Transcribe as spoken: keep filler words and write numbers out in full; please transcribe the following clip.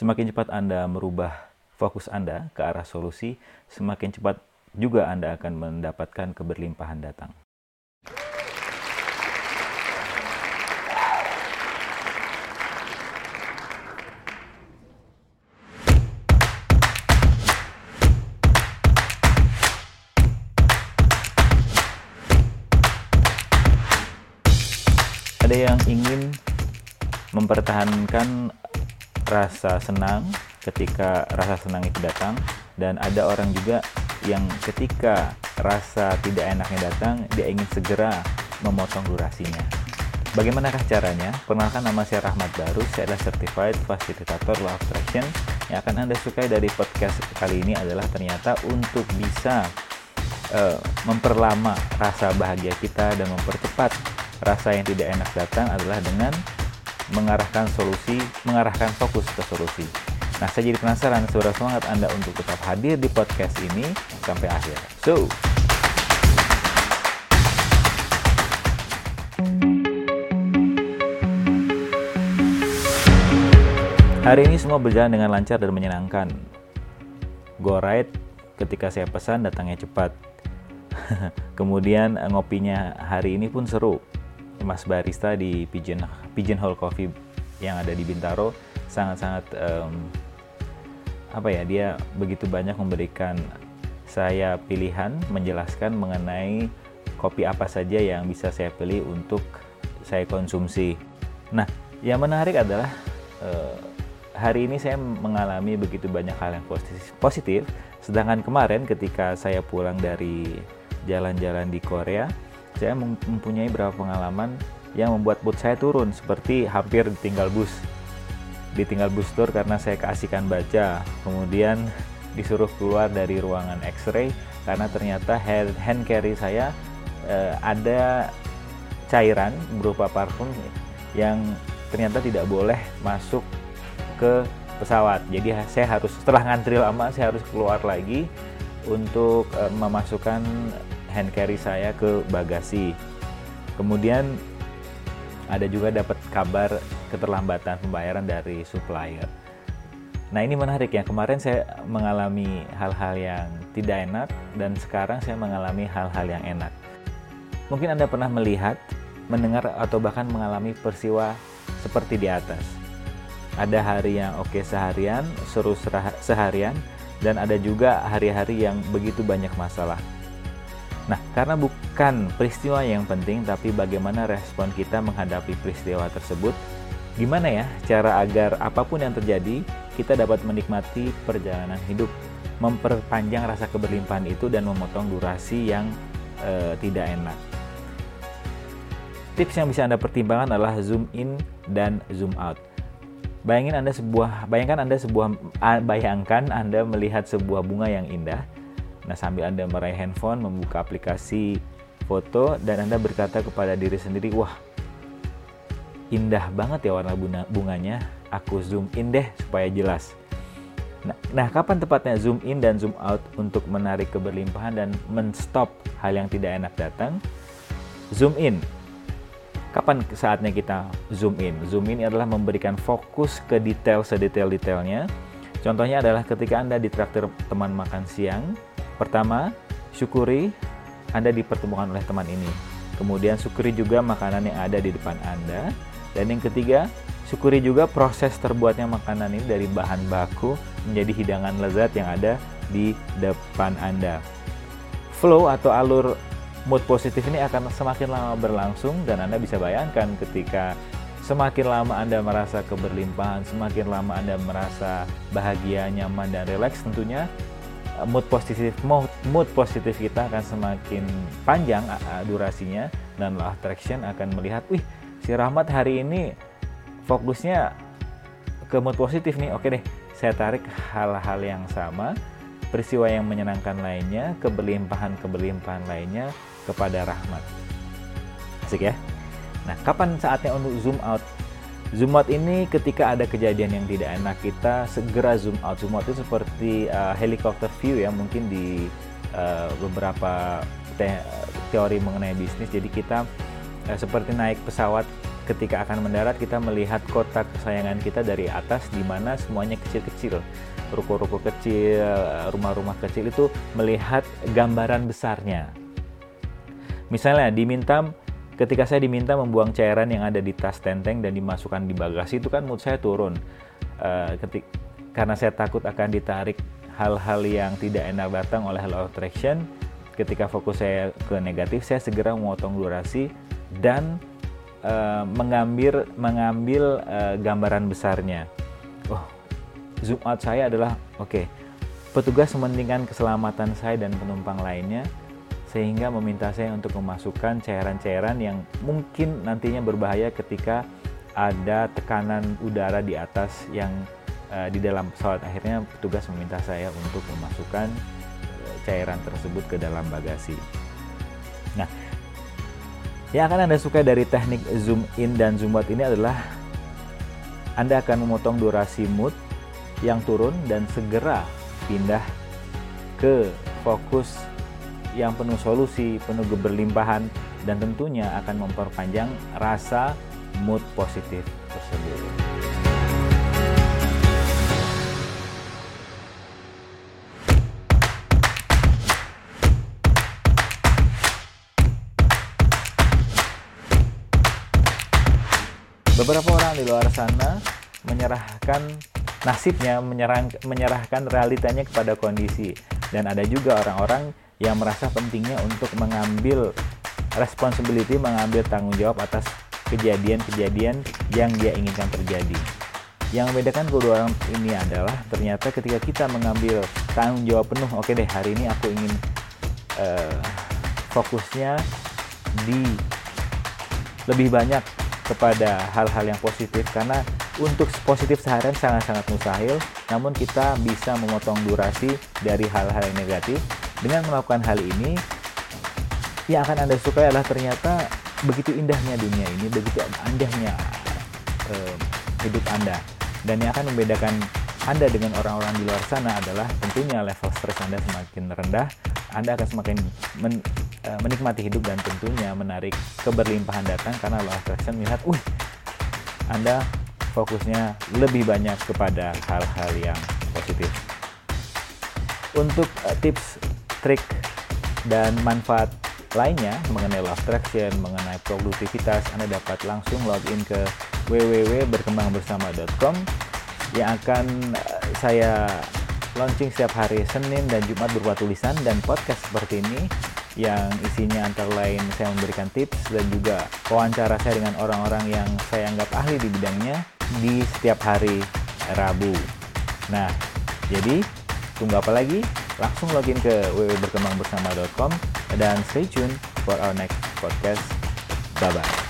Semakin cepat Anda merubah fokus Anda ke arah solusi, semakin cepat juga Anda akan mendapatkan keberlimpahan datang. Ada yang ingin mempertahankan rasa senang ketika rasa senang itu datang, dan ada orang juga yang ketika rasa tidak enaknya datang, dia ingin segera memotong durasinya. Bagaimanakah caranya? Perkenalkan, nama saya Rahmat Barus, saya adalah Certified Facilitator Law of Attraction. Yang akan Anda sukai dari podcast kali ini adalah ternyata untuk bisa uh, memperlama rasa bahagia kita dan mempercepat rasa yang tidak enak datang adalah dengan mengarahkan solusi, mengarahkan fokus ke solusi. Nah, saya jadi penasaran, saudara, semangat Anda untuk tetap hadir di podcast ini sampai akhir. So, hari ini semua berjalan dengan lancar dan menyenangkan. Go right, ketika saya pesan datangnya cepat. Kemudian ngopinya hari ini pun seru. Mas barista di Pigeon, Pigeonhole Coffee yang ada di Bintaro sangat-sangat um, apa ya, dia begitu banyak memberikan saya pilihan, menjelaskan mengenai kopi apa saja yang bisa saya pilih untuk saya konsumsi. Nah, yang menarik adalah uh, hari ini saya mengalami begitu banyak hal yang positif, positif sedangkan kemarin ketika saya pulang dari jalan-jalan di Korea, saya mempunyai beberapa pengalaman yang membuat mood saya turun, seperti hampir ditinggal bus. Ditinggal bus tour karena saya keasikan baca, kemudian disuruh keluar dari ruangan X-ray karena ternyata hand carry saya eh, ada cairan berupa parfum yang ternyata tidak boleh masuk ke pesawat. Jadi saya harus, setelah ngantri lama, saya harus keluar lagi untuk eh, memasukkan hand carry saya ke bagasi. Kemudian ada juga dapat kabar keterlambatan pembayaran dari supplier. Nah, ini menarik ya, kemarin saya mengalami hal-hal yang tidak enak dan sekarang saya mengalami hal-hal yang enak. Mungkin Anda pernah melihat, mendengar, atau bahkan mengalami peristiwa seperti di atas. Ada hari yang oke seharian, seru seharian, dan ada juga hari-hari yang begitu banyak masalah. Nah, karena bukan peristiwa yang penting, tapi bagaimana respon kita menghadapi peristiwa tersebut. Gimana ya cara agar apapun yang terjadi, kita dapat menikmati perjalanan hidup, memperpanjang rasa keberlimpahan itu dan memotong durasi yang e, tidak enak. Tips yang bisa Anda pertimbangkan adalah zoom in dan zoom out. Bayangin Anda sebuah, bayangkan Anda sebuah, bayangkan Anda melihat sebuah bunga yang indah. Nah, sambil Anda meraih handphone, membuka aplikasi foto, dan Anda berkata kepada diri sendiri, wah, indah banget ya warna bunga, bunganya, aku zoom in deh supaya jelas. Nah, nah, kapan tepatnya zoom in dan zoom out untuk menarik keberlimpahan dan men-stop hal yang tidak enak datang? Zoom in. Kapan saatnya kita zoom in? Zoom in adalah memberikan fokus ke detail sedetail-detailnya. Contohnya adalah ketika Anda ditraktir teman makan siang. Pertama, syukuri Anda dipertemukan oleh teman ini. Kemudian syukuri juga makanan yang ada di depan Anda. Dan yang ketiga, syukuri juga proses terbuatnya makanan ini dari bahan baku menjadi hidangan lezat yang ada di depan Anda. Flow atau alur mood positif ini akan semakin lama berlangsung, dan Anda bisa bayangkan ketika semakin lama Anda merasa keberlimpahan, semakin lama Anda merasa bahagia, nyaman, dan rileks, tentunya mood positif mood, mood positif kita akan semakin panjang uh, durasinya, dan Law of Attraction akan melihat, wih, si Rahmat hari ini fokusnya ke mood positif nih. Oke deh, saya tarik hal-hal yang sama, peristiwa yang menyenangkan lainnya, keberlimpahan-keberlimpahan lainnya kepada Rahmat. Asik ya? Nah, kapan saatnya untuk zoom out? Zoom out ini ketika ada kejadian yang tidak enak, kita segera zoom out. Zoom out itu seperti uh, helicopter view ya, mungkin di uh, beberapa te- teori mengenai bisnis. Jadi kita uh, seperti naik pesawat ketika akan mendarat kita melihat kota kesayangan kita dari atas, di mana semuanya kecil-kecil, ruko-ruko kecil, rumah-rumah kecil, itu melihat gambaran besarnya. Misalnya diminta, ketika saya diminta membuang cairan yang ada di tas tenteng dan dimasukkan di bagasi, itu kan mood saya turun. Uh, ketik, karena saya takut akan ditarik hal-hal yang tidak enak datang oleh law of attraction. Ketika fokus saya ke negatif, saya segera memotong durasi dan uh, mengambil mengambil uh, gambaran besarnya. Oh, zoom out saya adalah oke. Okay, petugas mementingkan keselamatan saya dan penumpang lainnya, sehingga meminta saya untuk memasukkan cairan-cairan yang mungkin nantinya berbahaya ketika ada tekanan udara di atas yang uh, di dalam pesawat. Akhirnya petugas meminta saya untuk memasukkan cairan tersebut ke dalam bagasi. Nah, yang akan Anda suka dari teknik zoom in dan zoom out ini adalah Anda akan memotong durasi mood yang turun dan segera pindah ke fokus yang penuh solusi, penuh keberlimpahan, dan tentunya akan memperpanjang rasa mood positif tersebut. Beberapa orang di luar sana menyerahkan nasibnya, menyerang, menyerahkan realitanya kepada kondisi. Dan ada juga orang-orang yang merasa pentingnya untuk mengambil responsibility, mengambil tanggung jawab atas kejadian-kejadian yang dia inginkan terjadi. Yang membedakan kedua orang ini adalah ternyata ketika kita mengambil tanggung jawab penuh, oke okay deh, hari ini aku ingin uh, fokusnya di lebih banyak kepada hal-hal yang positif, karena untuk positif seharian sangat-sangat mustahil, namun kita bisa memotong durasi dari hal-hal yang negatif. Dengan melakukan hal ini, yang akan Anda sukai adalah ternyata begitu indahnya dunia ini, begitu indahnya uh, hidup Anda. Dan yang akan membedakan Anda dengan orang-orang di luar sana adalah tentunya level stres Anda semakin rendah, Anda akan semakin men, uh, menikmati hidup dan tentunya menarik keberlimpahan datang, karena law of attraction melihat, wih, Anda fokusnya lebih banyak kepada hal-hal yang positif. Untuk uh, tips, trik, dan manfaat lainnya mengenai law of attraction, mengenai produktivitas, Anda dapat langsung login ke w w w titik berkembang bersama titik com yang akan uh, saya launching setiap hari Senin dan Jumat berupa tulisan dan podcast seperti ini, yang isinya antara lain saya memberikan tips dan juga wawancara saya dengan orang-orang yang saya anggap ahli di bidangnya di setiap hari Rabu. Nah, jadi tunggu apa lagi? Langsung login ke w w w titik berkembang bersama titik com dan stay tune for our next podcast. Bye-bye.